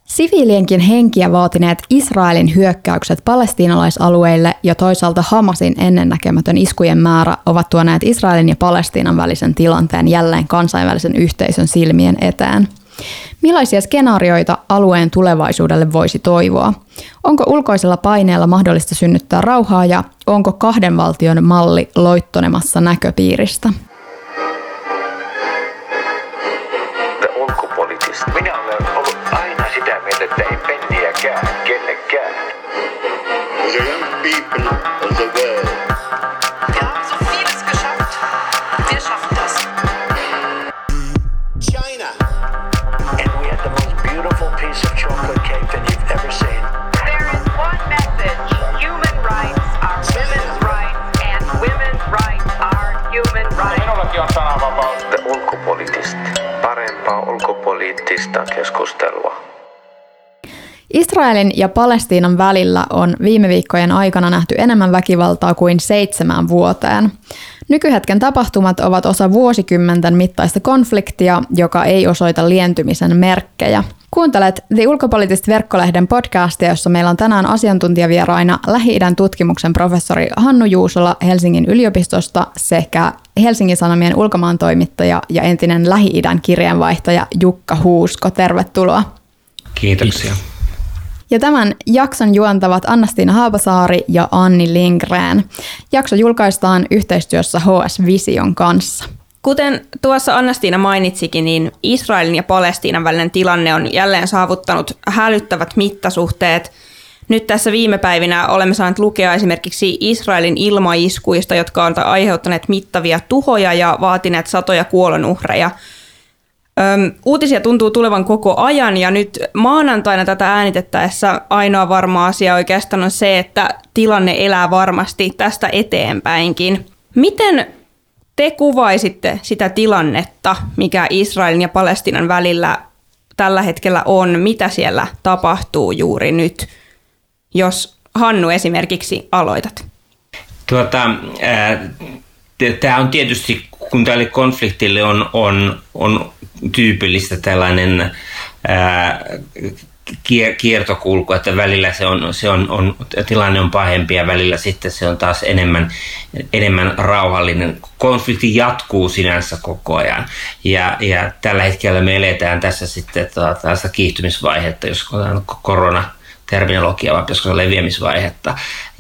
Siviilienkin henkiä vaatineet Israelin hyökkäykset palestiinalaisalueille ja toisaalta Hamasin ennennäkemätön iskujen määrä ovat tuoneet Israelin ja Palestiinan välisen tilanteen jälleen kansainvälisen yhteisön silmien eteen. Millaisia skenaarioita alueen tulevaisuudelle voisi toivoa? Onko ulkoisella paineella mahdollista synnyttää rauhaa ja onko kahden valtion malli loittonemassa näköpiiristä? Minä olen ollut aina sitä mieltä, että ei penniäkään kellekään. The young people of the world. Wir haben so vieles geschafft. Wir schaffen das. China. And we had the most beautiful piece of chocolate cake that you've ever seen. There is one message. Human rights are women's rights and women's rights are human rights. Minullakin on sananvapaus. Ulkopoliittista. Parempaa ulkopoliittista keskustelua. Israelin ja Palestiinan välillä on viime viikkojen aikana nähty enemmän väkivaltaa kuin 7 vuoteen. Nykyhetken tapahtumat ovat osa vuosikymmenten mittaista konfliktia, joka ei osoita lientymisen merkkejä. Kuuntelet The Ulkopoliittista verkkolehden podcastia, jossa meillä on tänään asiantuntijavieraina Lähi-idän tutkimuksen professori Hannu Juusola Helsingin yliopistosta sekä Helsingin Sanomien ulkomaantoimittaja ja entinen Lähi-idän kirjeenvaihtaja Jukka Huusko. Tervetuloa. Kiitoksia. Ja tämän jakson juontavat Anna-Stiina Haapasaari ja Anni Lindgren. Jakso julkaistaan yhteistyössä HS Vision kanssa. Kuten tuossa Anna-Stiina mainitsikin, niin Israelin ja Palestiinan välinen tilanne on jälleen saavuttanut hälyttävät mittasuhteet. Nyt tässä viime päivinä olemme saaneet lukea esimerkiksi Israelin ilmaiskuista, jotka ovat aiheuttaneet mittavia tuhoja ja vaatineet satoja kuolonuhreja. Uutisia tuntuu tulevan koko ajan ja nyt maanantaina tätä äänitettäessä ainoa varma asia oikeastaan on se, että tilanne elää varmasti tästä eteenpäinkin. Miten te kuvaisitte sitä tilannetta, mikä Israelin ja Palestiinan välillä tällä hetkellä on? Mitä siellä tapahtuu juuri nyt? Jos Hannu esimerkiksi aloitat. Tämä on tietysti, kun tälle konfliktille on tyypillistä tällainen kiertokulku, että välillä tilanne on pahempi ja välillä sitten se on taas enemmän rauhallinen. Konflikti jatkuu sinänsä koko ajan ja tällä hetkellä me eletään tässä sitten tällaista kiihtymisvaihetta, jos on koronaterminologia, vai pitäisikö se leviämisvaihetta.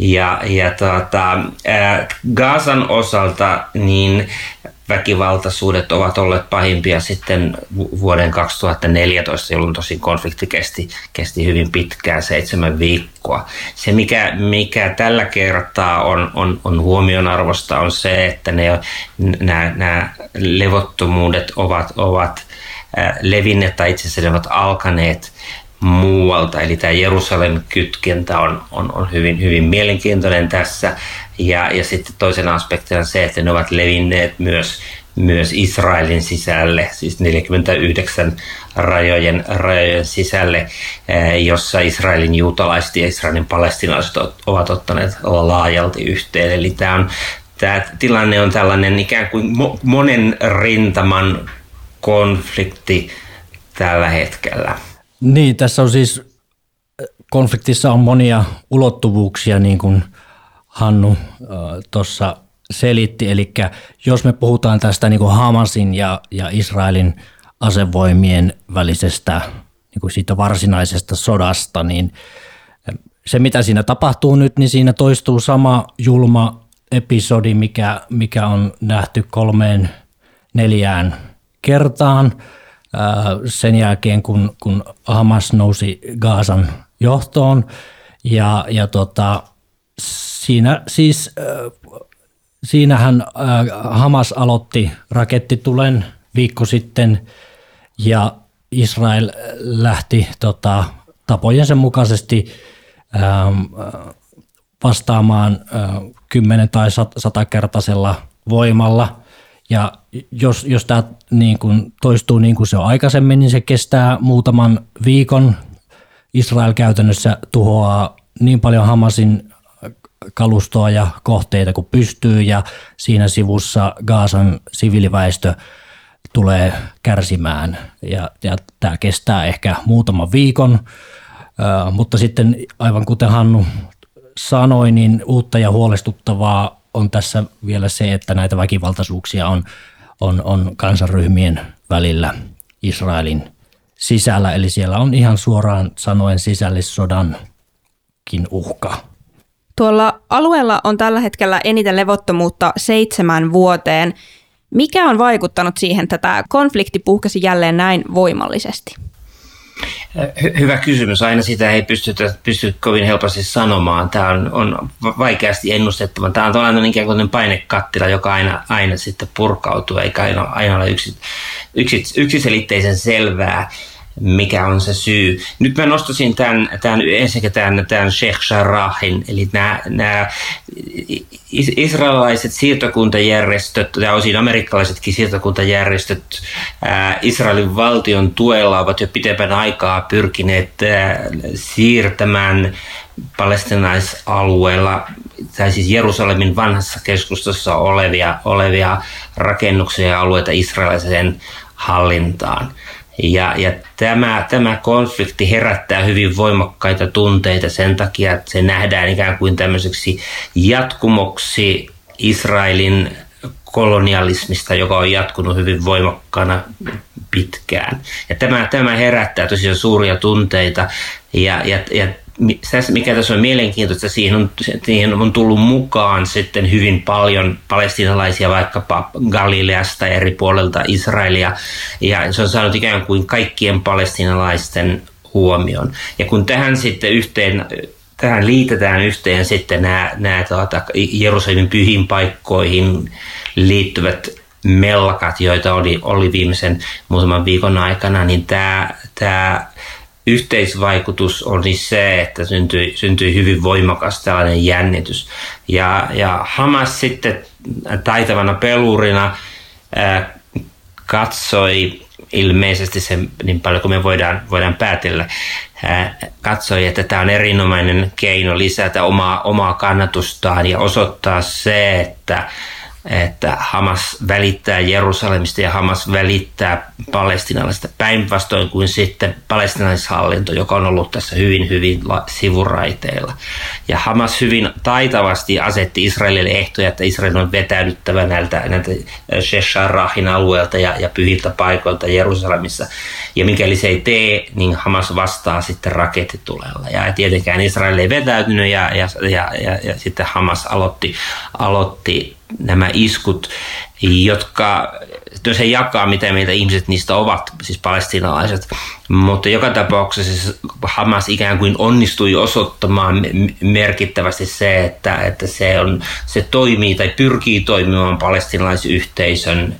Gazan osalta niin väkivaltaisuudet ovat olleet pahimpia sitten vuoden 2014, jolloin tosin konflikti kesti hyvin pitkään, 7 viikkoa. Se, mikä tällä kertaa on huomionarvosta, on se, että nämä levottomuudet ovat levinneet tai itse asiassa ne ovat alkaneet muualta. Eli tämä Jerusalemin kytkentä on hyvin, hyvin mielenkiintoinen tässä. Ja sitten toisena aspektina se, että ne ovat levinneet myös Israelin sisälle, siis 49 rajojen sisälle, jossa Israelin juutalaiset ja Israelin palestiinalaiset ovat ottaneet laajalti yhteen. Eli tämä tilanne on tällainen ikään kuin monen rintaman konflikti tällä hetkellä. Niin, tässä on siis konfliktissa on monia ulottuvuuksia, niin kuin Hannu tuossa selitti. Eli jos me puhutaan tästä niin kuin Hamasin ja Israelin asevoimien välisestä niin kuin siitä varsinaisesta sodasta, niin se mitä siinä tapahtuu nyt, niin siinä toistuu sama julma episodi, mikä on nähty 3-4 kertaan sen jälkeen, kun Hamas nousi Gazan johtoon. Siinähän Hamas aloitti rakettitulen viikko sitten ja Israel lähti tapojensa mukaisesti vastaamaan 10 tai 100-kertaisella voimalla. Ja jos tämä niin kuin toistuu niin kuin se on aikaisemmin, niin se kestää muutaman viikon. Israel käytännössä tuhoaa niin paljon Hamasin kalustoa ja kohteita kuin pystyy, ja siinä sivussa Gazan siviiliväestö tulee kärsimään. Ja tämä kestää ehkä muutaman viikon, mutta sitten aivan kuten Hannu sanoi, niin uutta ja huolestuttavaa on tässä vielä se, että näitä väkivaltaisuuksia on kansanryhmien välillä Israelin sisällä, eli siellä on ihan suoraan sanoen sisällissodankin uhka. Tuolla alueella on tällä hetkellä eniten levottomuutta 7 vuoteen. Mikä on vaikuttanut siihen, että tämä konflikti puhkesi jälleen näin voimallisesti? Hyvä kysymys. Aina sitä ei pysty kovin helposti sanomaan. Tämä on vaikeasti ennustettava. Tämä on tällainen ikään kuin painekattila, joka aina sitten purkautuu, eikä aina ole yksiselitteisen selvää, mikä on se syy. Nyt mä nostaisin tämän Sheikh Jarrahin, eli nämä israelilaiset siirtokuntajärjestöt ja osin amerikkalaisetkin siirtokuntajärjestöt Israelin valtion tuella ovat jo pitempän aikaa pyrkineet siirtämään palestiinalaisalueella tai siis Jerusalemin vanhassa keskustassa olevia rakennuksia ja alueita israelilaiseen hallintaan. Ja tämä konflikti herättää hyvin voimakkaita tunteita sen takia, että se nähdään ikään kuin tämmöiseksi jatkumoksi Israelin kolonialismista, joka on jatkunut hyvin voimakkaana pitkään. Ja tämä herättää tosiaan suuria tunteita ja mikä tässä on mielenkiintoista, siihen on tullut mukaan sitten hyvin paljon palestiinalaisia vaikkapa Galileasta eri puolelta Israelia, ja se on saanut ikään kuin kaikkien palestiinalaisten huomion. Ja kun tähän liitetään yhteen sitten nämä Jerusalemin pyhiin paikkoihin liittyvät mellakat, joita oli viimeisen muutaman viikon aikana, niin tämä yhteisvaikutus oli se, että syntyi hyvin voimakas tällainen jännitys. Ja Hamas sitten taitavana pelurina katsoi ilmeisesti sen, niin paljon kuin me voidaan päätellä, katsoi, että tämä on erinomainen keino lisätä omaa kannatustaan ja osoittaa se, että Hamas välittää Jerusalemista ja Hamas välittää palestiinalaisista päinvastoin kuin sitten palestiinalaishallinto, joka on ollut tässä hyvin, hyvin sivuraiteilla. Ja Hamas hyvin taitavasti asetti Israelille ehtoja, että Israel on vetäydyttävä näiltä Sheikh Jarrahin alueelta ja pyhiltä paikoilta Jerusalemissa. Ja mikäli se ei tee, niin Hamas vastaa sitten rakettitulella. Ja tietenkään Israel ei vetäytynyt ja sitten Hamas aloitti nämä iskut, jotka se jakaa, mitä meitä ihmiset niistä ovat, siis palestiinalaiset. Mutta joka tapauksessa Hamas ikään kuin onnistui osoittamaan merkittävästi se, että se toimii tai pyrkii toimimaan palestiinalaisyhteisön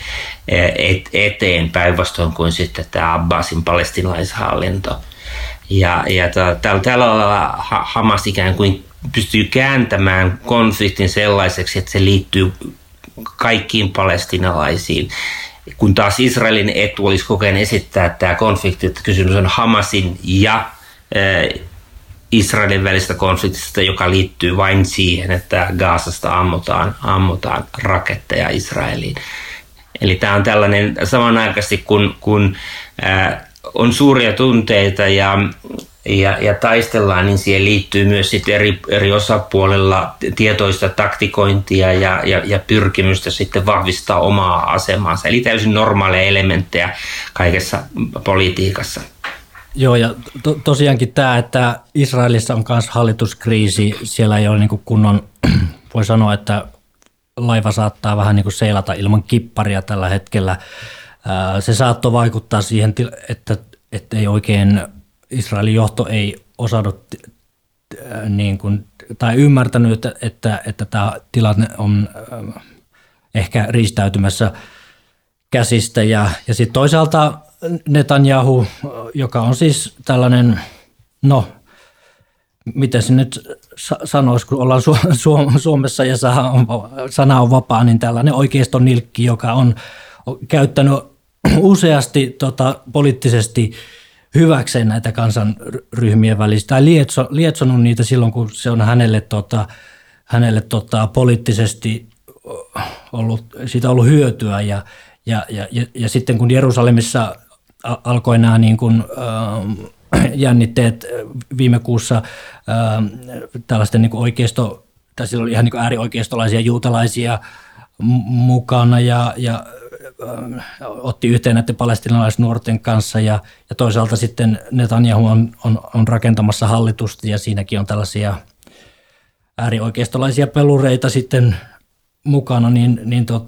eteen päinvastoin kuin sitten tämä Abbasin palestiinalaishallinto. Ja tällä lailla Hamas ikään kuin pystyy kääntämään konfliktin sellaiseksi, että se liittyy kaikkiin palestiinalaisiin. Kun taas Israelin etu olisi kokeen esittää tämä konflikti, että kysymys on Hamasin ja Israelin välistä konfliktista, joka liittyy vain siihen, että Gazasta ammutaan raketteja Israeliin. Eli tämä on tällainen samanaikaisesti, kun on suuria tunteita ja taistellaan, niin siihen liittyy myös sitten eri osapuolella tietoista taktikointia ja pyrkimystä sitten vahvistaa omaa asemaansa. Eli täysin normaaleja elementtejä kaikessa politiikassa. Joo, ja tosiaankin tämä, että Israelissa on myös hallituskriisi, siellä ei ole niin kuin kunnon, voi sanoa, että laiva saattaa vähän niin kuin seilata ilman kipparia tällä hetkellä. Se saattoi vaikuttaa siihen, että ei oikein Israelin johto ei osannut niin kuin, tai ymmärtänyt, että tämä tilanne on ehkä riistäytymässä käsistä. Ja sitten toisaalta Netanyahu, joka on siis tällainen, no miten se nyt sanoisi, kun ollaan Suomessa ja sana on vapaa, niin tällainen oikeiston nilkki, joka on käyttänyt useasti poliittisesti hyväkseen näitä kansanryhmien välistä tai lietsonut niitä silloin, kun se on hänelle poliittisesti siitä ollut hyötyä Ja sitten kun Jerusalemissa alkoi nämä niin kuin, jännitteet viime kuussa tällaisten niin kuin tai silloin oli ihan niin kuin äärioikeistolaisia juutalaisia mukana ja otti yhteen näiden palestiinalaisnuorten kanssa ja toisaalta sitten Netanyahu on rakentamassa hallitusta ja siinäkin on tällaisia äärioikeistolaisia pelureita sitten mukana, niin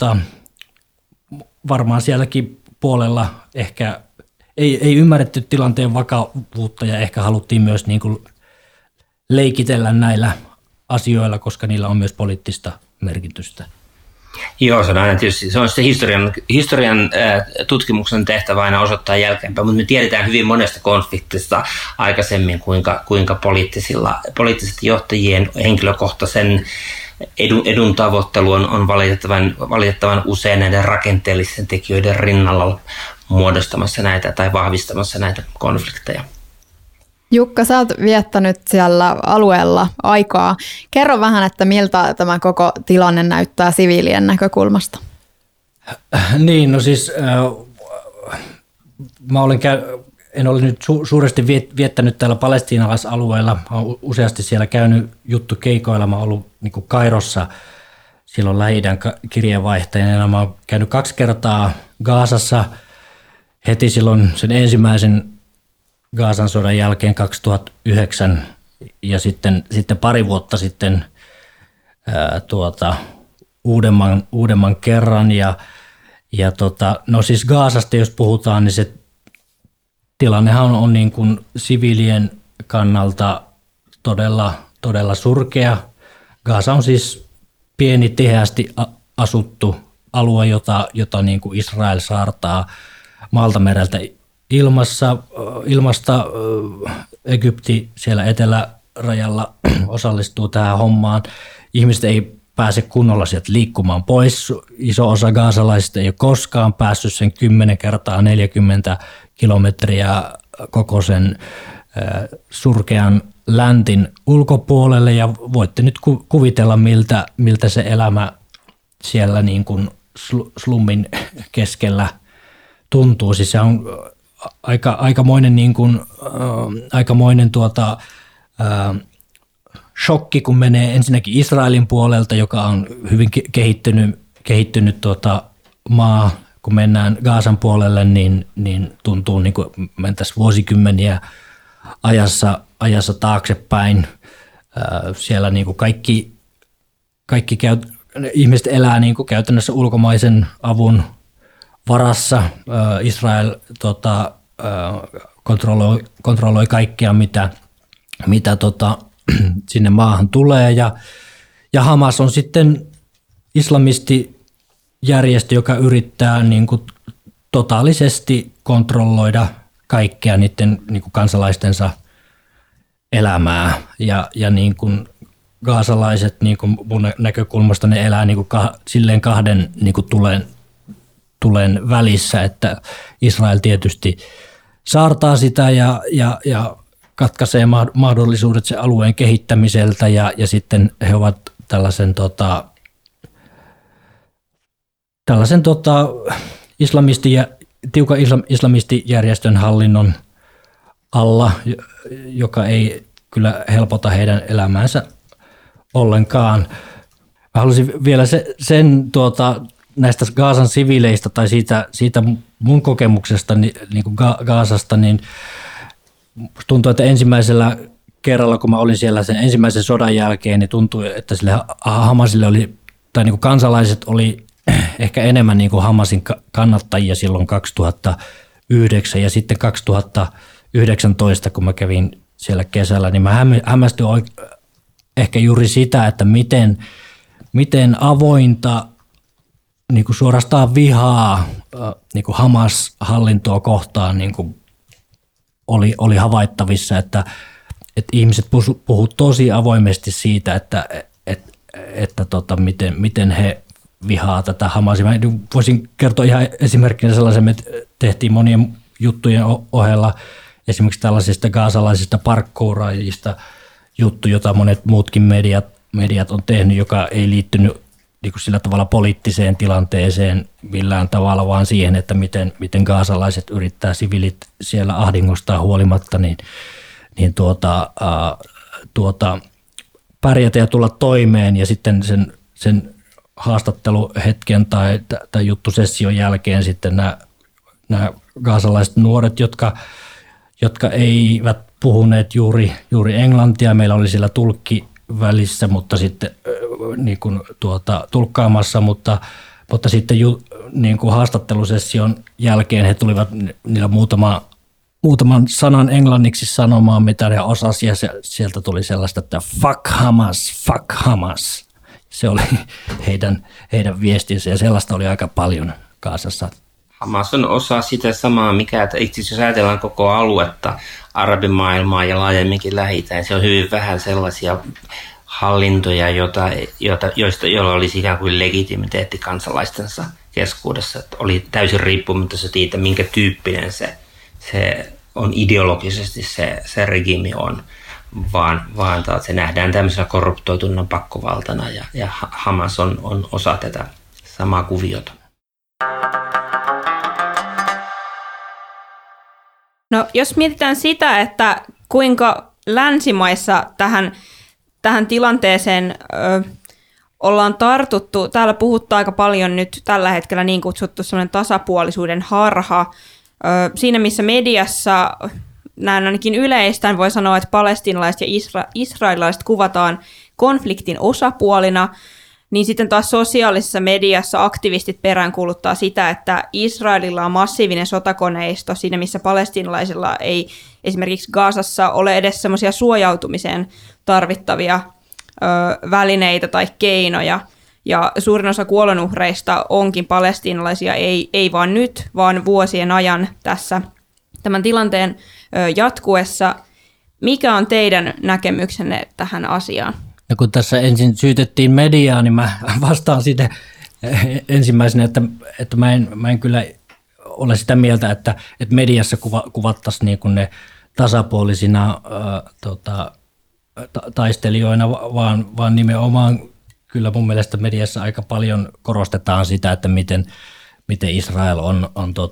varmaan sielläkin puolella ehkä ei ymmärretty tilanteen vakavuutta ja ehkä haluttiin myös niin kuin leikitellä näillä asioilla, koska niillä on myös poliittista merkitystä. Joo, se on aina tietysti, se on se historian tutkimuksen tehtävä aina osoittaa jälkeenpäin, mutta me tiedetään hyvin monesta konfliktista aikaisemmin, kuinka poliittisten johtajien henkilökohtaisen edun tavoittelu on valitettavan usein näiden rakenteellisten tekijöiden rinnalla muodostamassa näitä tai vahvistamassa näitä konflikteja. Jukka, sä oot viettänyt siellä alueella aikaa. Kerro vähän, että miltä tämä koko tilanne näyttää siviilien näkökulmasta. Niin, no siis en ole nyt suuresti viettänyt täällä palestiinalaisalueella. Mä oon useasti siellä käynyt juttukeikoilla. Mä oon ollut niin kuin Kairossa silloin Lähi-idän kirjeenvaihtajana. Mä oon käynyt 2 kertaa Gazassa heti silloin sen ensimmäisen Gazan sodan jälkeen 2009 ja sitten pari vuotta sitten uudemman kerran. No siis Gazasta jos puhutaan, niin se tilannehan on niin kuin siviilien kannalta todella surkea. Gaza on siis pieni, tiheästi asuttu alue, jota niin kuin Israel saartaa maalta mereltä ilmasta. Egypti siellä etelärajalla osallistuu tähän hommaan. Ihmiset ei pääse kunnolla sieltä liikkumaan pois. Iso osa gazalaisista ei ole koskaan päässyt sen 10 kertaa 40 kilometriä koko sen surkean läntin ulkopuolelle. Ja voitte nyt kuvitella, miltä se elämä siellä niin kuin slummin keskellä tuntuu. Siis se on aikamoinen shokki, kun menee ensinnäkin Israelin puolelta, joka on hyvin kehittynyt maa. Kun mennään Gazan puolelle, niin tuntuu niin kuin mentäisiin vuosikymmeniä ajassa taaksepäin. Siellä niin kuin kaikki ihmiset elää niin kuin käytännössä ulkomaisen avun varassa. Israel kontrolloi kaikkea, mitä sinne maahan tulee. Ja Hamas on sitten islamistijärjestö, joka yrittää niin kuin totaalisesti kontrolloida kaikkea niiden niin kuin kansalaistensa elämää. Ja niin kuin gazalaiset niin kuin mun näkökulmasta ne elää niin kuin silleen 2 niin kuin tulen välissä, että Israel tietysti saartaa sitä ja katkaisee mahdollisuudet sen alueen kehittämiseltä ja sitten he ovat tällaisen tiukan islamistijärjestön hallinnon alla, joka ei kyllä helpota heidän elämäänsä ollenkaan. Mä haluaisin vielä sen näistä Gazan siviileistä tai siitä mun kokemuksesta niin kuin Gazasta, niin tuntuu, että ensimmäisellä kerralla, kun mä olin siellä sen ensimmäisen sodan jälkeen, niin tuntui, että sille Hamasille oli, tai niin kuin kansalaiset oli ehkä enemmän niin kuin Hamasin kannattajia silloin 2009 ja sitten 2019, kun mä kävin siellä kesällä, niin mä hämmästyin ehkä juuri sitä, että miten avointa niin kuin suorastaan vihaa niin kuin Hamas-hallintoa kohtaan niin kuin oli havaittavissa, että ihmiset puhuu tosi avoimesti siitä, että miten he vihaa tätä Hamasia. Mä voisin kertoa ihan esimerkkinä sellaisen, että tehtiin monien juttujen ohella esimerkiksi tällaisista gazalaisista parkkouraajista juttu, jota monet muutkin mediat on tehnyt, joka ei liittynyt niin kuin sillä tavalla poliittiseen tilanteeseen millään tavalla, vaan siihen, että miten gaasalaiset yrittää siviilit siellä ahdingostaan huolimatta niin pärjätä ja tulla toimeen, ja sitten sen haastatteluhetken tai juttusession jälkeen sitten nämä gaasalaiset nuoret, jotka eivät puhuneet juuri englantia. Meillä oli siellä tulkki välissä, mutta sitten niin kuin tulkkaamassa, mutta sitten niin kuin haastattelusession jälkeen he tulivat niillä muutaman sanan englanniksi sanomaan, mitä he osasi, ja sieltä tuli sellaista, että fuck Hamas. Se oli heidän viestinsä, ja sellaista oli aika paljon Gazassa. Hamas on osa sitä samaa, mikä, että itse asiassa jos ajatellaan koko aluetta, arabimaailmaa ja laajemminkin Lähi-itään, se on hyvin vähän sellaisia hallintoja, joilla olisi ikään kuin legitimiteetti kansalaistensa keskuudessa. Että oli täysin riippumatta siitä, minkä tyyppinen se on ideologisesti se regiimi on, vaan se nähdään tämmöisenä korruptoituna pakkovaltana, ja Hamas on osa tätä samaa kuviota. No, jos mietitään sitä, että kuinka länsimaissa tähän tilanteeseen ollaan tartuttu, täällä puhuttaa aika paljon nyt tällä hetkellä niin kutsuttu sellainen tasapuolisuuden harha. Siinä missä mediassa, näin ainakin yleistään voi sanoa, että palestiinalaiset ja israelilaiset kuvataan konfliktin osapuolina, niin sitten taas sosiaalisessa mediassa aktivistit peräänkuuluttaa sitä, että Israelilla on massiivinen sotakoneisto siinä, missä palestiinalaisilla ei esimerkiksi Gazassa ole edes semmoisia suojautumiseen tarvittavia välineitä tai keinoja. Ja suurin osa kuolonuhreista onkin palestiinalaisia, ei vaan nyt, vaan vuosien ajan tässä tämän tilanteen jatkuessa. Mikä on teidän näkemyksenne tähän asiaan? No kun tässä ensin syytettiin mediaa, niin mä vastaan siitä ensimmäisenä, että mä en kyllä ole sitä mieltä, että mediassa kuvattaisiin niin kuin ne tasapuolisina taistelijoina, vaan nimenomaan kyllä mun mielestä mediassa aika paljon korostetaan sitä, että miten Israel on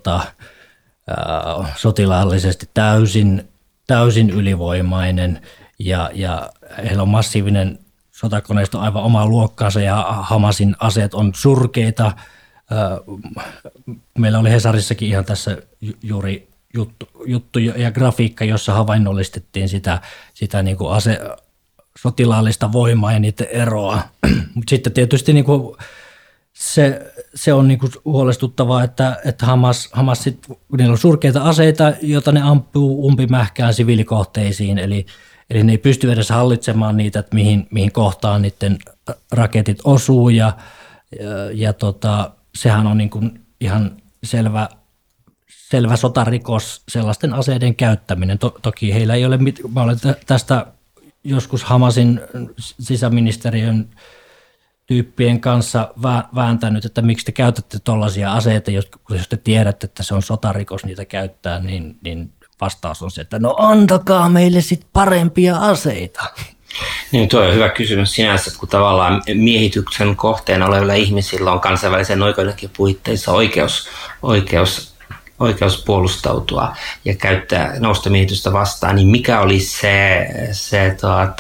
sotilaallisesti täysin ylivoimainen, ja heillä on massiivinen sotakoneisto aivan omaa luokkaansa, ja Hamasin aseet on surkeita. Meillä oli Hesarissakin ihan tässä juuri juttu ja grafiikka, jossa havainnollistettiin sitä niin kuin sotilaallista voimaa ja niiden eroa. Mutta sitten tietysti niin kuin se on niin kuin huolestuttavaa, että Hamas niillä on surkeita aseita, joita ne ampuu umpimähkään siviilikohteisiin, eli ne ei pysty edes hallitsemaan niitä, että mihin kohtaan niiden raketit osuu, ja sehän on niin kuin ihan selvä sotarikos, sellaisten aseiden käyttäminen. Toki heillä ei ole mä olen tästä joskus Hamasin sisäministeriön tyyppien kanssa vääntänyt, että miksi te käytätte tuollaisia aseita, jos te tiedätte, että se on sotarikos niitä käyttää, niin vastaus on se, että no antakaa meille sitten parempia aseita. Niin, tuo on hyvä kysymys sinänsä, että kun tavallaan miehityksen kohteena olevilla ihmisillä on kansainvälisen oikeudenkin puitteissa oikeus puolustautua ja käyttää noustomiehitystä vastaan, niin mikä oli se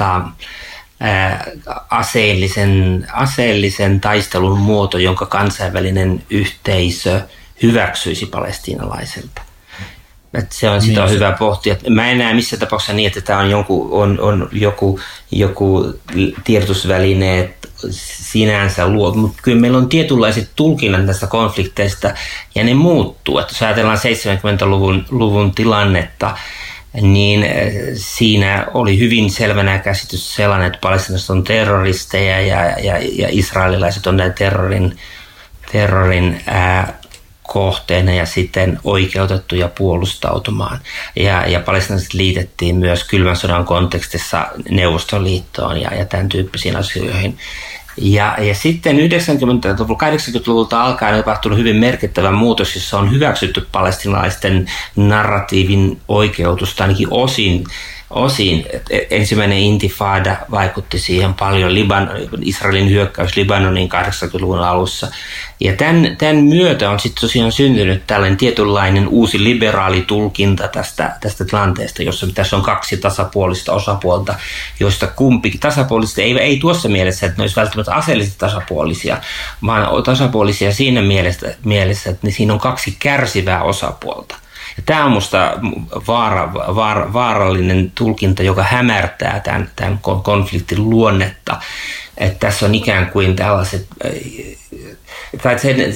aseellisen taistelun muoto, jonka kansainvälinen yhteisö hyväksyisi palestiinalaisilta? Että se on sitä hyvä pohtia. Mä en näe missä tapauksessa niin, että tämä on joku tiedotusväline sinänsä luo, mutta kyllä meillä on tietynlaiset tulkinnat näistä konflikteista ja ne muuttuu. Että jos ajatellaan 70-luvun tilannetta, niin siinä oli hyvin selvänä käsitys sellainen, että palestiinalaiset on terroristeja ja israelilaiset on näin terrorin kohteena ja sitten oikeutettuja puolustautumaan. Ja palestiinalaiset liitettiin myös kylmän sodan kontekstissa Neuvostoliittoon ja tämän tyyppisiin asioihin. Ja sitten 80-luvulta alkaen on tapahtunut hyvin merkittävä muutos, jossa on hyväksytty palestiinalaisten narratiivin oikeutusta ainakin osin osin. Ensimmäinen intifada vaikutti siihen paljon, Israelin hyökkäys Libanoniin 80-luvun alussa. Ja tämän myötä on sitten tosiaan syntynyt tällainen tietynlainen uusi liberaali tulkinta tästä tilanteesta, jossa tässä on kaksi tasapuolista osapuolta, joista kumpikin tasapuolista ei tuossa mielessä, että ne olisi välttämättä aseellisesti tasapuolisia, vaan tasapuolisia siinä mielessä, että siinä on kaksi kärsivää osapuolta. Ja tämä on minusta vaarallinen tulkinta, joka hämärtää tämän konfliktin luonnetta. Että tässä on ikään kuin tällaiset, tai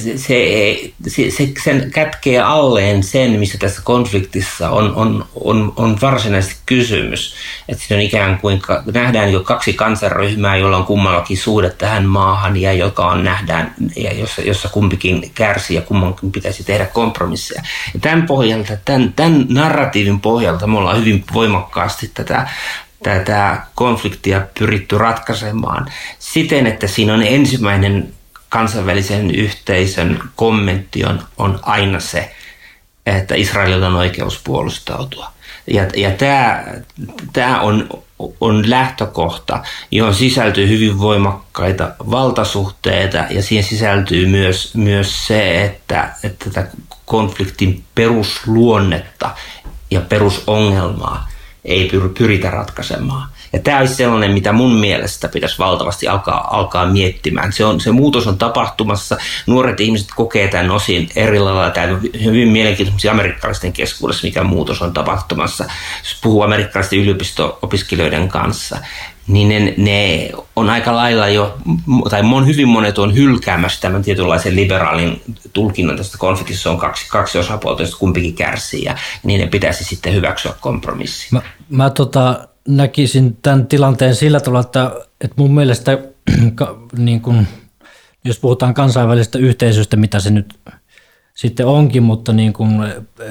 sen kätkee alleen sen, missä tässä konfliktissa on varsinaisesti kysymys. Että siinä on ikään kuin, nähdään jo kaksi kansanryhmää, jolla on kummallakin suhde tähän maahan ja jossa kumpikin kärsii ja kummankin pitäisi tehdä kompromisseja. Ja tämän narratiivin pohjalta me ollaan hyvin voimakkaasti tätä konfliktia pyritty ratkaisemaan siten, että siinä on ensimmäinen kansainvälisen yhteisön kommentti on aina se, että Israelilla on oikeus puolustautua. Ja tämä on lähtökohta, johon sisältyy hyvin voimakkaita valtasuhteita ja siihen sisältyy myös se, että tätä konfliktin perusluonnetta ja perusongelmaa ei pyritä ratkaisemaan. Ja tämä olisi sellainen, mitä mun mielestä pitäisi valtavasti alkaa miettimään. Se muutos on tapahtumassa. Nuoret ihmiset kokee tämän osin eri lailla. Tämä on hyvin mielenkiintoista amerikkalaisten keskuudessa, mikä muutos on tapahtumassa. Jos puhuu amerikkalaisten yliopisto-opiskelijoiden kanssa, niin ne on aika lailla jo, tai hyvin monet on hylkäämässä tämän tietynlaisen liberaalin tulkinnan tästä konfliktissa. On kaksi osapuolta, joista kumpikin kärsii, ja niiden pitäisi sitten hyväksyä kompromissi. Mä näkisin tämän tilanteen sillä tavalla, että mun mielestä niin kun, jos puhutaan kansainvälisestä yhteisöstä, mitä se nyt sitten onkin, mutta niin kun,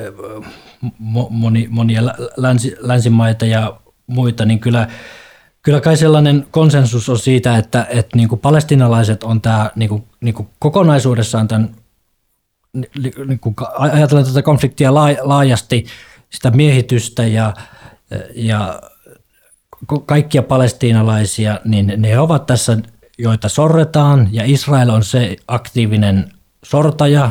monia länsimaita ja muita, niin kyllä kai sellainen konsensus on siitä, että niin kuin palestiinalaiset on tämä niin kuin kokonaisuudessaan tämän, niin kuin ajatellaan tätä konfliktia laajasti, sitä miehitystä ja kaikkia palestiinalaisia, niin ne ovat tässä, joita sorretaan, ja Israel on se aktiivinen sortaja,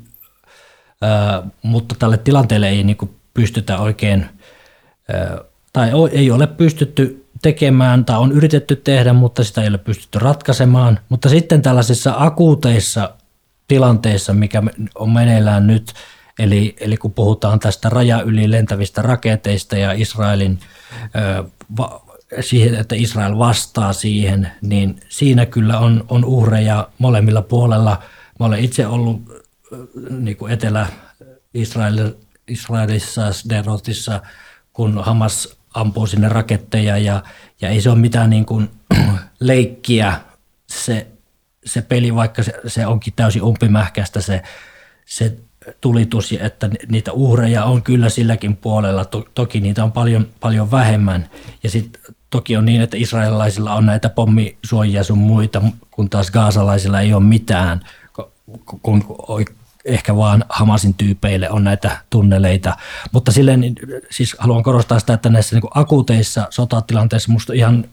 mutta tälle tilanteelle ei niin kuin pystytä oikein, tai ei ole pystytty tekemään tai on yritetty tehdä, mutta sitä ei ole pystytty ratkaisemaan. Mutta sitten tällaisissa akuuteissa tilanteissa, mikä on meneillään nyt, eli kun puhutaan tästä raja yli lentävistä raketeista ja Israelin siihen, että Israel vastaa siihen, niin siinä kyllä on uhreja molemmilla puolella. Mä olen itse ollut niin kuin Etelä-Israelissa, Sderotissa, kun Hamas ampuu sinne raketteja ja ei se ole mitään niin kuin leikkiä se peli, vaikka se onkin täysin umpimähkäistä se tulitus, että niitä uhreja on kyllä silläkin puolella. Toki niitä on paljon vähemmän ja sitten toki on niin, että israelilaisilla on näitä pommisuojia sun muita, kun taas gaasalaisilla ei ole mitään, kun ehkä vaan Hamasin tyypeille on näitä tunneleita, mutta silleen siis haluan korostaa sitä, että näissä niin kuin akuuteissa sotatilanteissa musta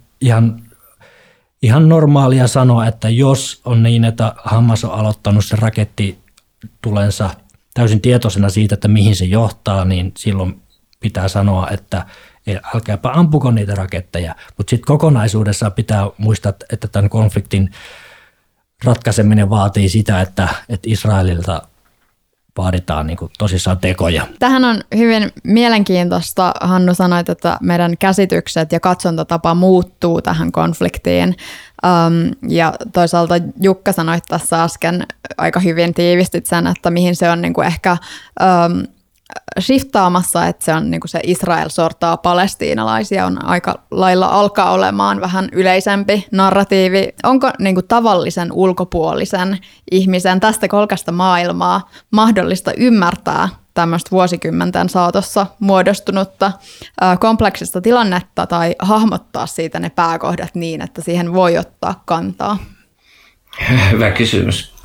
ihan normaalia sanoa, että jos on niin, että Hamas on aloittanut sen rakettitulensa täysin tietoisena siitä, että mihin se johtaa, niin silloin pitää sanoa, että älkääpä ampuko niitä raketteja, mutta sitten kokonaisuudessaan pitää muistaa, että tämän konfliktin ratkaiseminen vaatii sitä, että Israelilta vaaditaan niin kuin tosissaan tekoja. Tähän on hyvin mielenkiintoista, Hannu, sanoit, että meidän käsitykset ja katsontatapa muuttuu tähän konfliktiin. Ja toisaalta Jukka sanoit tässä äsken aika hyvin, tiivistit sen, että mihin se on niin kuin ehkä shiftaamassa, että se on niin kuin se Israel sortaa palestiinalaisia, on aika lailla alkaa olemaan vähän yleisempi narratiivi. Onko niin kuin tavallisen ulkopuolisen ihmisen tästä kolkasta maailmaa mahdollista ymmärtää tämmöistä vuosikymmenten saatossa muodostunutta kompleksista tilannetta tai hahmottaa siitä ne pääkohdat niin, että siihen voi ottaa kantaa? Hyvä kysymys.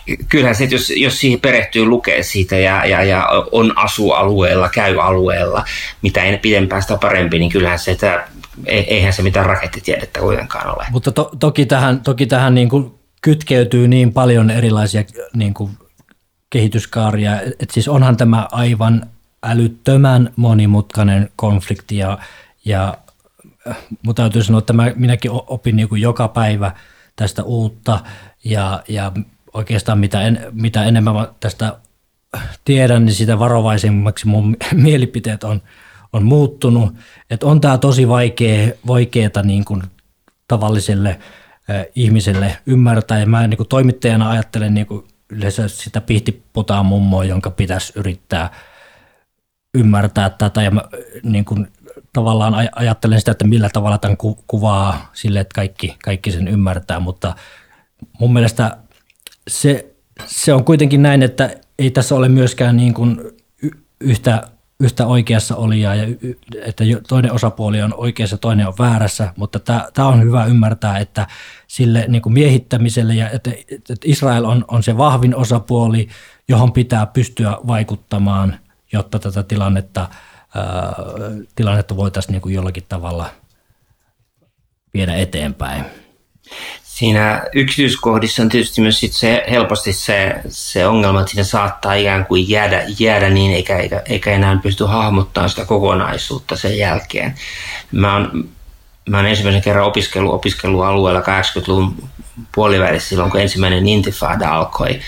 kyllähän se, jos siihen perehtyy, lukee siitä ja on asualueella, käy alueella, mitä pidempään sitä parempi, niin kyllähän se, että eihän se mitään rakettitiedettä kuitenkaan ole. Mutta toki tähän niin kuin kytkeytyy niin paljon erilaisia niin kuin kehityskaaria, että siis onhan tämä aivan älyttömän monimutkainen konflikti ja mun täytyy sanoa, että minäkin opin niin kuin joka päivä tästä uutta ja oikeastaan mitä enemmän mä tästä tiedän, niin sitä varovaisemmaksi mun mielipiteet on muuttunut. Että on tämä tosi vaikeaa niin kuin tavalliselle ihmiselle ymmärtää ja mä niin kuin toimittajana ajattelen niin kuin yleensä sitä pihtiputaa mummoa, jonka pitäisi yrittää ymmärtää tätä ja mä niin kuin tavallaan ajattelen sitä, että millä tavalla tämän kuvaa sille, että kaikki sen ymmärtää, mutta mun mielestä se on kuitenkin näin, että ei tässä ole myöskään niin kuin yhtä oikeassa olijaa, ja että toinen osapuoli on oikeassa, toinen on väärässä, mutta tämä on hyvä ymmärtää, että sille niin kuin miehittämiselle ja että Israel on se vahvin osapuoli, johon pitää pystyä vaikuttamaan, jotta tätä tilannetta voitaisiin niin kuin jollakin tavalla viedä eteenpäin. Siinä yksityiskohdissa on tietysti myös helposti se ongelma, että siinä saattaa ikään kuin jäädä niin, eikä enää pysty hahmottamaan sitä kokonaisuutta sen jälkeen. Mä oon ensimmäisen kerran opiskellut alueella 80-luvun puolivälissä silloin, kun ensimmäinen intifada alkoi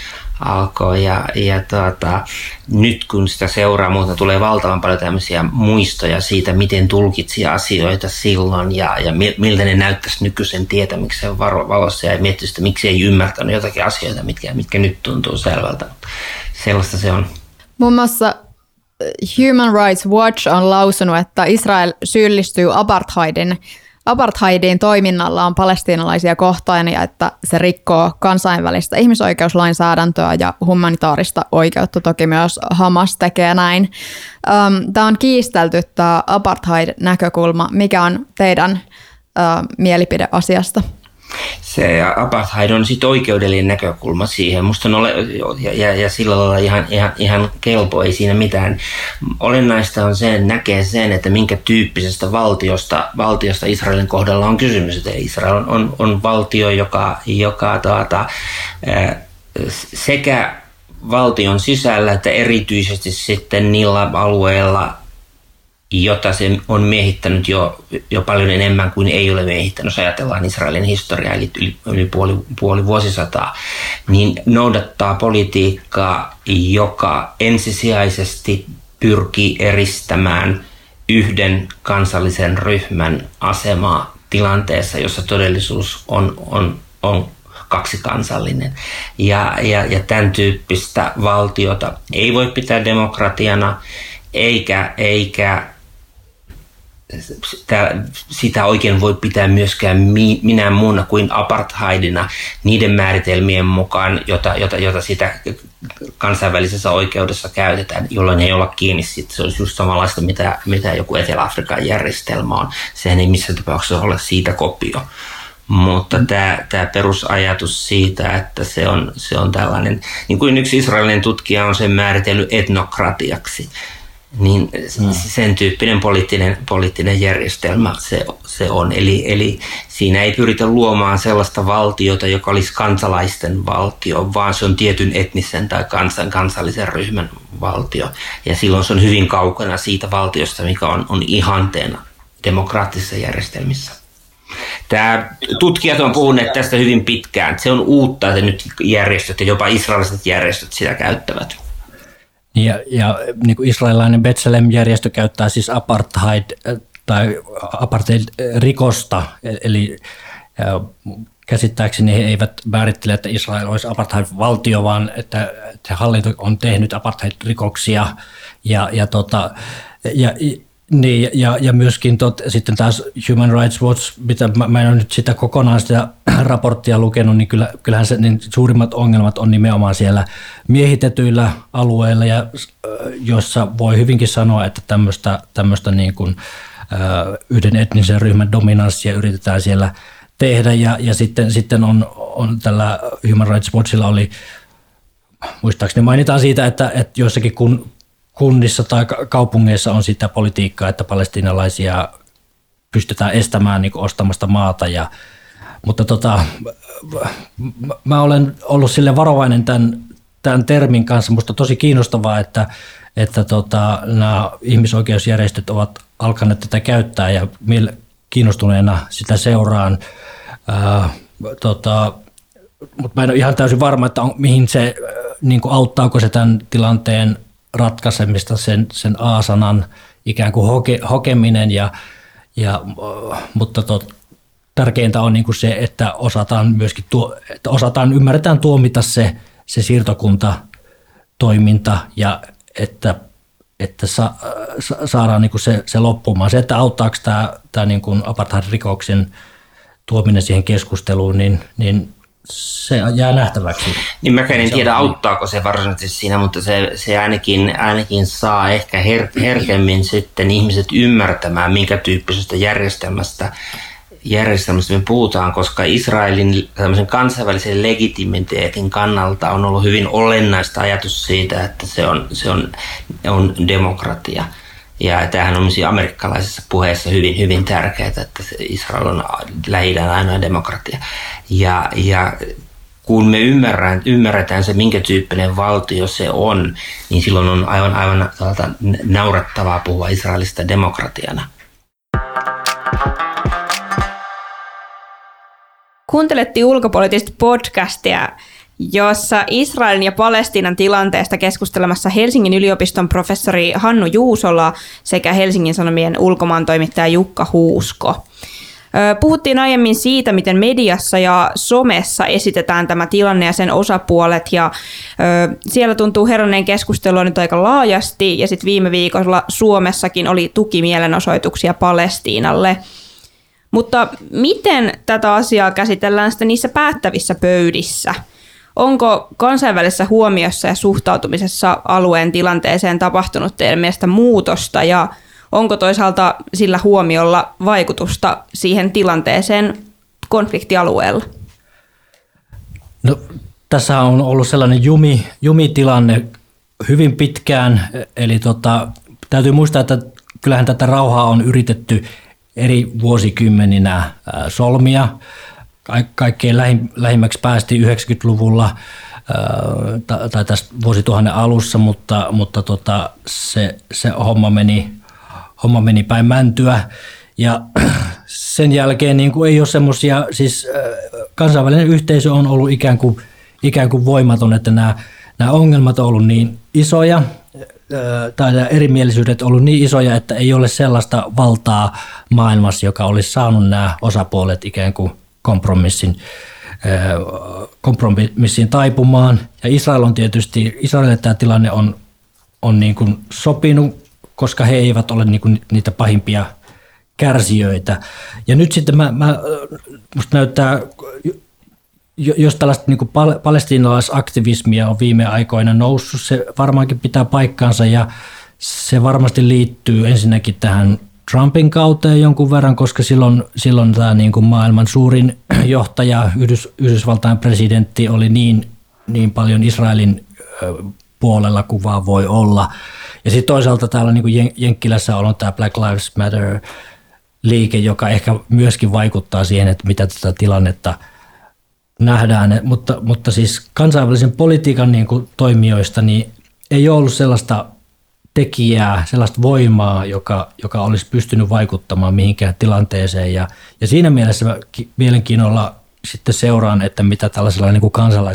nyt kun sitä seuraa, muuta tulee valtavan paljon tämmöisiä muistoja siitä, miten tulkitsi asioita silloin ja miltä ne näyttäisi nykyisen tietämyksen valossa ja miettii sitä, miksi ei ymmärtänyt jotakin asioita, mitkä nyt tuntuu selvältä. Sellaista se on. Muun muassa Human Rights Watch on lausunut, että Israel syyllistyy apartheidin toiminnallaan palestiinalaisia kohtaan ja että se rikkoo kansainvälistä ihmisoikeuslainsäädäntöä ja humanitaarista oikeutta. Toki myös Hamas tekee näin. Tämä on kiistelty, tämä apartheid-näkökulma. Mikä on teidän mielipide asiasta? Se apartheid on sitten oikeudellinen näkökulma siihen. Musta on ja sillä lailla ihan kelpo, ei siinä mitään. Olennaista on se, näkee sen, että minkä tyyppisestä valtiosta Israelin kohdalla on kysymys. Että Israel on valtio, joka sekä valtion sisällä että erityisesti sitten niillä alueilla, jota se on miehittänyt jo paljon enemmän kuin ei ole miehittänyt, jos ajatellaan Israelin historiaa, eli yli puoli vuosisataa, niin noudattaa politiikkaa, joka ensisijaisesti pyrkii eristämään yhden kansallisen ryhmän asemaa tilanteessa, jossa todellisuus on kaksikansallinen. Ja tämän tyyppistä valtiota ei voi pitää demokratiana, eikä sitä oikein voi pitää myöskään minään muuna kuin apartheidina niiden määritelmien mukaan, jota sitä kansainvälisessä oikeudessa käytetään, jolloin ei olla kiinni. Se olisi just samanlaista, mitä joku Etelä-Afrikan järjestelmä on. Sehän ei missään tapauksessa ole siitä kopio. Mutta tämä perusajatus siitä, että se on tällainen, niin kuin yksi israelilainen tutkija on sen määritellyt etnokratiaksi, niin sen tyyppinen poliittinen järjestelmä se on. Eli siinä ei pyritä luomaan sellaista valtiota, joka olisi kansalaisten valtio, vaan se on tietyn etnisen tai kansallisen ryhmän valtio. Ja silloin se on hyvin kaukana siitä valtiosta, mikä on ihanteena demokraattisissa järjestelmissä. Tutkijat on puhuneet tästä hyvin pitkään. Se on uutta, että nyt järjestöt ja jopa israeliset järjestöt sitä käyttävät. Ja niin kuin israelilainen B'Tselem-järjestö käyttää siis apartheid-rikosta, eli käsittääkseni he eivät määrittele, että Israel olisi apartheid-valtio, vaan että hallinto on tehnyt apartheid-rikoksia ja myöskin sitten taas Human Rights Watch, mitä mä en ole nyt sitä kokonaan sitä raporttia lukenut, niin kyllähän se niin suurimmat ongelmat on nimenomaan siellä miehitetyillä alueilla, ja jossa voi hyvinkin sanoa, että tämmöistä niin kuin, yhden etnisen ryhmän dominanssia yritetään siellä tehdä, ja sitten on tällä Human Rights Watchilla oli muistaakseni mainitaan siitä, että joissakin kunnissa tai kaupungeissa on sitä politiikkaa, että palestiinalaisia pystytään estämään niin kuin ostamasta maata. Mutta mä olen ollut sille varovainen tämän termin kanssa. Musta on tosi kiinnostavaa, että nämä ihmisoikeusjärjestöt ovat alkaneet tätä käyttää ja kiinnostuneena sitä seuraan. Mutta mä en ole ihan täysin varma, että mihin se, niin kuin auttaako se tämän tilanteen ratkaisemista, sen A-sanan ikään kuin hokeminen, mutta tärkeintä on niin kuin se, että osataan myöskin ymmärretään tuomita se siirtokuntatoiminta ja että saadaan niin kuin se loppumaan. Se, että auttaako tämä niin kuin apartheid-rikoksen tuominen siihen keskusteluun, niin se jää nähtäväksi. Niin mäkään en tiedä, auttaako se varsinaisesti siinä, mutta se ainakin saa ehkä herkemmin sitten ihmiset ymmärtämään, minkä tyyppisestä järjestelmästä me puhutaan, koska Israelin kansainvälisen legitimiteetin kannalta on ollut hyvin olennaista ajatus siitä, että se on demokratia. Ja tämähän on amerikkalaisessa puheessa hyvin, hyvin tärkeää, että Israel on Lähi-idän ainoa demokratia. Ja kun me ymmärretään se, minkä tyyppinen valtio se on, niin silloin on aivan naurettavaa puhua Israelista demokratiana. Kuuntelettiin ulkopoliittista podcastia, jossa Israelin ja Palestiinan tilanteesta keskustelemassa Helsingin yliopiston professori Hannu Juusola sekä Helsingin Sanomien ulkomaantoimittaja Jukka Huusko. Puhuttiin aiemmin siitä, miten mediassa ja somessa esitetään tämä tilanne ja sen osapuolet, ja siellä tuntuu heränneen keskustelua nyt aika laajasti, ja sitten viime viikolla Suomessakin oli tukimielenosoituksia Palestiinalle. Mutta miten tätä asiaa käsitellään sitten niissä päättävissä pöydissä? Onko kansainvälisessä huomiossa ja suhtautumisessa alueen tilanteeseen tapahtunut teidän mielestä muutosta, ja onko toisaalta sillä huomiolla vaikutusta siihen tilanteeseen konfliktialueella? No, tässä on ollut sellainen jumitilanne hyvin pitkään, eli täytyy muistaa, että kyllähän tätä rauhaa on yritetty eri vuosikymmeninä solmia. Kaikkein lähimmäksi päästiin 90-luvulla tai tässä vuosituhannen alussa, mutta se homma meni päin mäntyä. Ja sen jälkeen niin kuin ei ole semmoisia, siis kansainvälinen yhteisö on ollut ikään kuin voimaton, että nämä ongelmat on ollut niin isoja, tai erimielisyydet on ollut niin isoja, että ei ole sellaista valtaa maailmassa, joka olisi saanut nämä osapuolet ikään kuin kompromissiin taipumaan. Ja Israelille tämä tilanne on niin kuin sopinut, koska he eivät ole niin kuin niitä pahimpia kärsijöitä. Ja nyt sitten musta näyttää, jos tällaista niin kuin palestiinalaisaktivismia on viime aikoina noussut, se varmaankin pitää paikkaansa ja se varmasti liittyy ensinnäkin tähän Trumpin kauteen jonkun verran, koska silloin tämä niin kuin maailman suurin johtaja, Yhdysvaltain presidentti, oli niin paljon Israelin puolella kuin vaan voi olla. Ja sitten toisaalta täällä niin kuin Jenkkilässä on tämä Black Lives Matter-liike, joka ehkä myöskin vaikuttaa siihen, että mitä tätä tilannetta nähdään. Mutta siis kansainvälisen politiikan niin kuin toimijoista niin ei ole ollut sellaista tekijää, sellaista voimaa, joka olisi pystynyt vaikuttamaan mihinkään tilanteeseen. Ja siinä mielessä mielenkiinnolla sitten seuraan, että mitä tällaisella niin kuin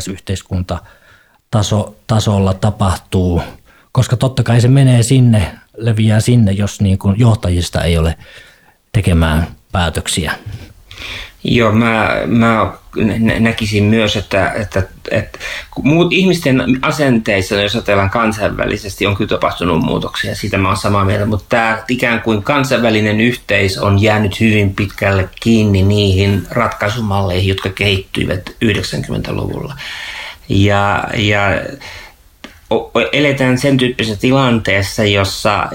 kansalaisyhteiskuntatasolla tapahtuu, koska totta kai se menee sinne, leviää sinne, jos niin kuin johtajista ei ole tekemään päätöksiä. Joo, mä näkisin myös, että muut ihmisten asenteissa, jos ajatellaan kansainvälisesti, on kyllä tapahtunut muutoksia. Siitä mä oon samaa mieltä, mutta tämä ikään kuin kansainvälinen yhteisö on jäänyt hyvin pitkälle kiinni niihin ratkaisumalleihin, jotka kehittyivät 90-luvulla. Ja eletään sen tyyppisessä tilanteessa, jossa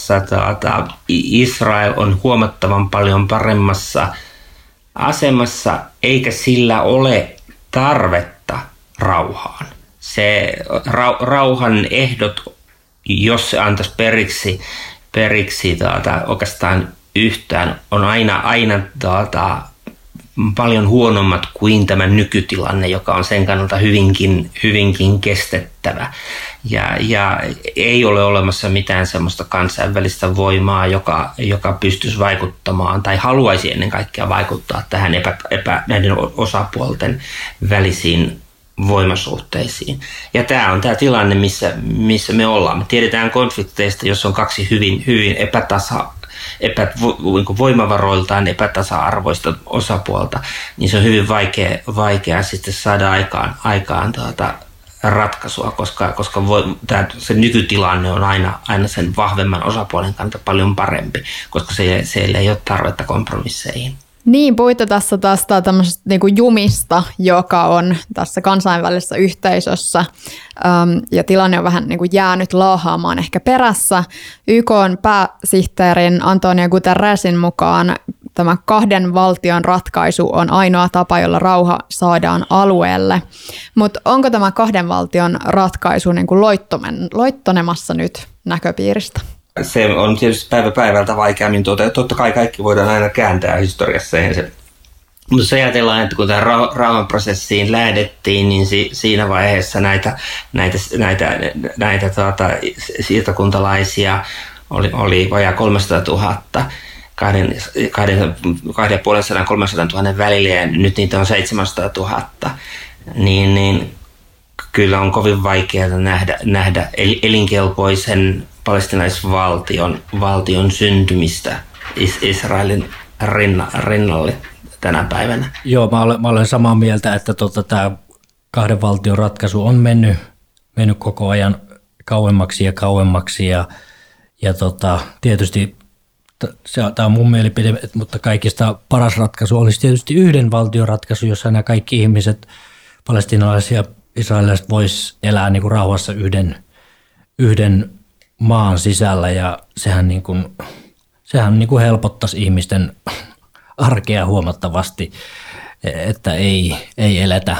Israel on huomattavan paljon paremmassa asemassa, eikä sillä ole tarvetta rauhaan. se rauhan ehdot, jos se antaisi periksi oikeastaan yhtään, on aina paljon huonommat kuin tämä nykytilanne, joka on sen kannalta hyvinkin kestettävä. Ja ei ole olemassa mitään semmoista kansainvälistä voimaa, joka pystyisi vaikuttamaan tai haluaisi ennen kaikkea vaikuttaa tähän näiden osapuolten välisiin voimasuhteisiin. Ja tämä on tämä tilanne, missä me ollaan. Me tiedetään konflikteista, jos on kaksi hyvin voimavaroiltaan epätasa-arvoista osapuolta, niin se on hyvin vaikea sitten saada aikaan ratkaisua, koska se nykytilanne on aina sen vahvemman osapuolen kannalta paljon parempi, koska siellä ei ole tarvetta kompromisseihin. Niin, puhuitte tässä tästä tämmöisestä niin kuin jumista, joka on tässä kansainvälisessä yhteisössä, ja tilanne on vähän niin kuin jäänyt laahaamaan ehkä perässä. YK:n pääsihteerin Antonio Guterresin mukaan tämä 2 valtion ratkaisu on ainoa tapa, jolla rauha saadaan alueelle. Mutta onko tämä 2 valtion ratkaisu niin kuin loittonemassa nyt näköpiiristä? Se on tietysti päivä päivältä vaikeammin totta kai kaikki voidaan aina kääntää historiassa. Mutta jos ajatellaan, että kun tähän rauhanprosessiin lähdettiin, niin siinä vaiheessa näitä siirtokuntalaisia oli vajaa 300 000, 250-300 000 välillä, ja nyt niitä on 700 000. Niin kyllä on kovin vaikeaa nähdä elinkelpoisen palestiinalaisvaltion syntymistä Israelin rinnalle tänä päivänä. Joo, mä olen samaa mieltä, että tämä 2 valtion ratkaisu on mennyt koko ajan kauemmaksi ja tietysti tämä on mun mielipide, mutta kaikista paras ratkaisu olisi tietysti 1 valtion ratkaisu, jossa nämä kaikki ihmiset, palestiinalaiset ja israelilaiset, vois elää niin kuin rauhassa yhden maan sisällä, ja sehän helpottaisi ihmisten arkea huomattavasti, että ei eletä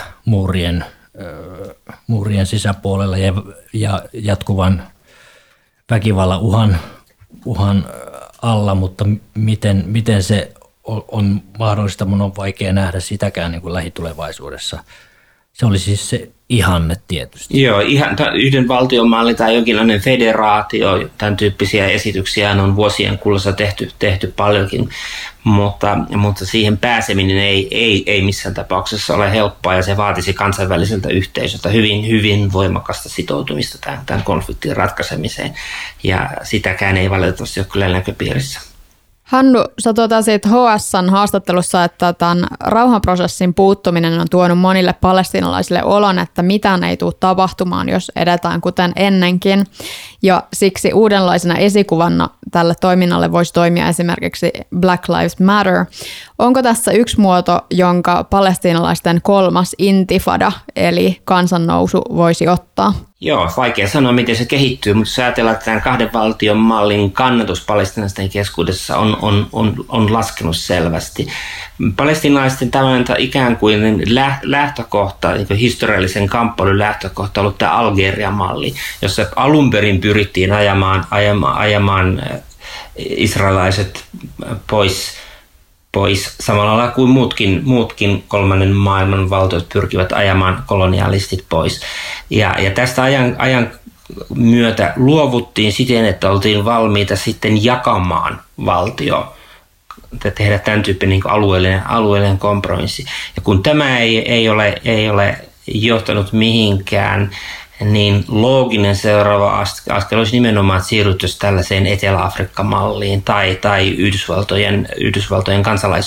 muurien sisäpuolella ja jatkuvan väkivallan uhan alla, mutta miten se on mahdollista, mun on vaikea nähdä sitäkään niin kuin lähitulevaisuudessa. Se oli siis se ihanne tietysti. Joo, 1 valtion malli tai jonkinlainen federaatio, tämän tyyppisiä esityksiä on vuosien kuluessa tehty paljonkin, mutta siihen pääseminen ei missään tapauksessa ole helppoa, ja se vaatisi kansainväliseltä yhteisöltä hyvin voimakasta sitoutumista tämän konfliktin ratkaisemiseen, ja sitäkään ei valitettavasti ole kyllä näköpiirissä. Hannu, sä totesit HS:n haastattelussa, että tämän rauhanprosessin puuttuminen on tuonut monille palestiinalaisille olon, että mitään ei tule tapahtumaan, jos edetään kuten ennenkin. Ja siksi uudenlaisena esikuvana tälle toiminnalle voisi toimia esimerkiksi Black Lives Matter. Onko tässä yksi muoto, jonka palestiinalaisten 3. intifada, eli kansannousu, voisi ottaa? Joo, vaikea sanoa, miten se kehittyy, mutta jos ajatellaan, että tämän 2 valtion mallin kannatus palestiinalaisten keskuudessa on laskenut selvästi. Palestiinalaisten tämmöinen ikään kuin lähtökohta, niin historiallisen kamppailun lähtökohta on ollut tämä Algeria-malli, jossa alun perin pyrittiin ajamaan israelaiset pois samalla lailla kuin muutkin 3. maailman valtiot pyrkivät ajamaan kolonialistit pois. Ja tästä ajan myötä luovuttiin siten, että oltiin valmiita sitten jakamaan valtio, tehdä tämän tyyppinen niin alueellinen kompromissi. Ja kun tämä ei ole johtanut mihinkään, niin looginen seuraava askel olisi nimenomaan, että siirryttäisiin tällaiseen Etelä-Afrikka-malliin tai Yhdysvaltojen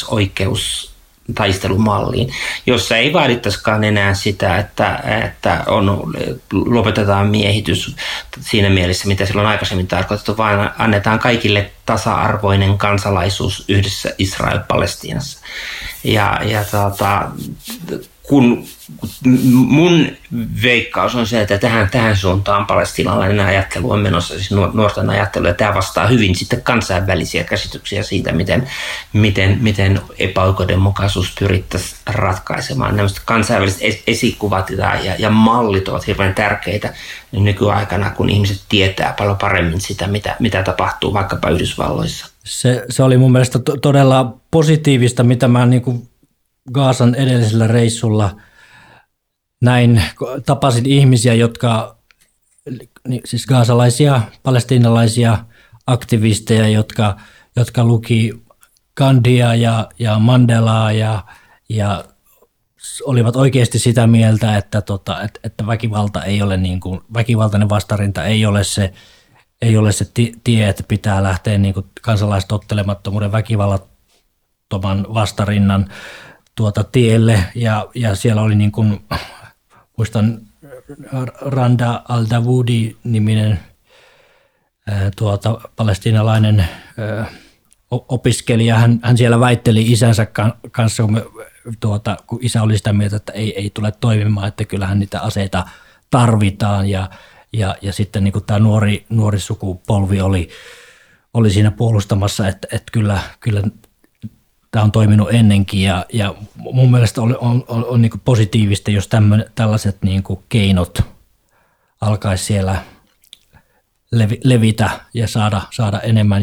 kansalaisoikeustaistelumalliin, jossa ei vaadittaisikaan enää sitä, että lopetetaan miehitys siinä mielessä, mitä silloin aikaisemmin tarkoitettu, vaan annetaan kaikille tasa-arvoinen kansalaisuus yhdessä Israel-Palestiinassa. kun mun veikkaus on se, että tähän suuntaan palestiinalainen ajattelu on menossa, siis nuorten ajattelu, ja tämä vastaa hyvin sitten kansainvälisiä käsityksiä siitä, miten epäoikeudenmukaisuus pyrittäisiin ratkaisemaan. Nämä kansainväliset esikuvat ja mallit ovat hirveän tärkeitä nykyaikana, kun ihmiset tietää paljon paremmin sitä, mitä tapahtuu vaikkapa Yhdysvalloissa. Se oli mun mielestä todella positiivista, mitä mä niin kuin Gazan edellisellä reissulla näin, tapasin ihmisiä, siis gazalaisia, palestiinalaisia aktivisteja, jotka luki Gandhia ja Mandelaa ja olivat oikeasti sitä mieltä, että väkivalta ei ole niin kuin, väkivaltainen vastarinta ei ole se tie, että pitää lähteä niin kuin kansalaistottelemattomuuden väkivallattoman vastarinnan tielle, ja siellä oli niin kuin, muistan Randa al-Dawoodi-niminen palestiinalainen opiskelija, hän siellä väitteli isänsä kanssa, kun isä oli sitä mieltä, että ei tule toimimaan, että kyllähän niitä aseita tarvitaan, ja sitten niin kuin tämä nuori sukupolvi oli siinä puolustamassa, että kyllä tämä on toiminut ennenkin, ja mun mielestä on niin kuin positiivista, jos tällaiset niin kuin keinot alkaisi siellä levitä ja saada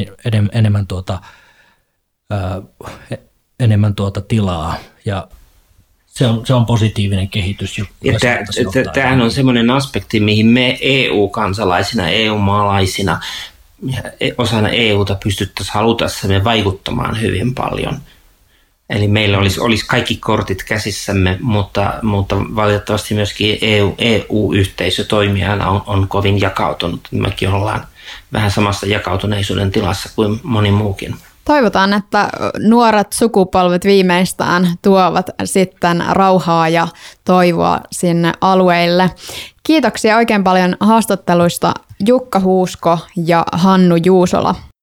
enemmän tilaa, ja se on positiivinen kehitys. Tämähän on semmoinen aspekti, mihin me EU-kansalaisina, EU-maalaisina, osana EUta pystyttäisiin halutessamme vaikuttamaan hyvin paljon. Eli meillä olisi kaikki kortit käsissämme, mutta valitettavasti myöskin EU-yhteisö toimijana on kovin jakautunut. Mekin ollaan vähän samassa jakautuneisuuden tilassa kuin moni muukin. Toivotaan, että nuoret sukupolvet viimeistään tuovat sitten rauhaa ja toivoa sinne alueille. Kiitoksia oikein paljon haastatteluista Jukka Huusko ja Hannu Juusola.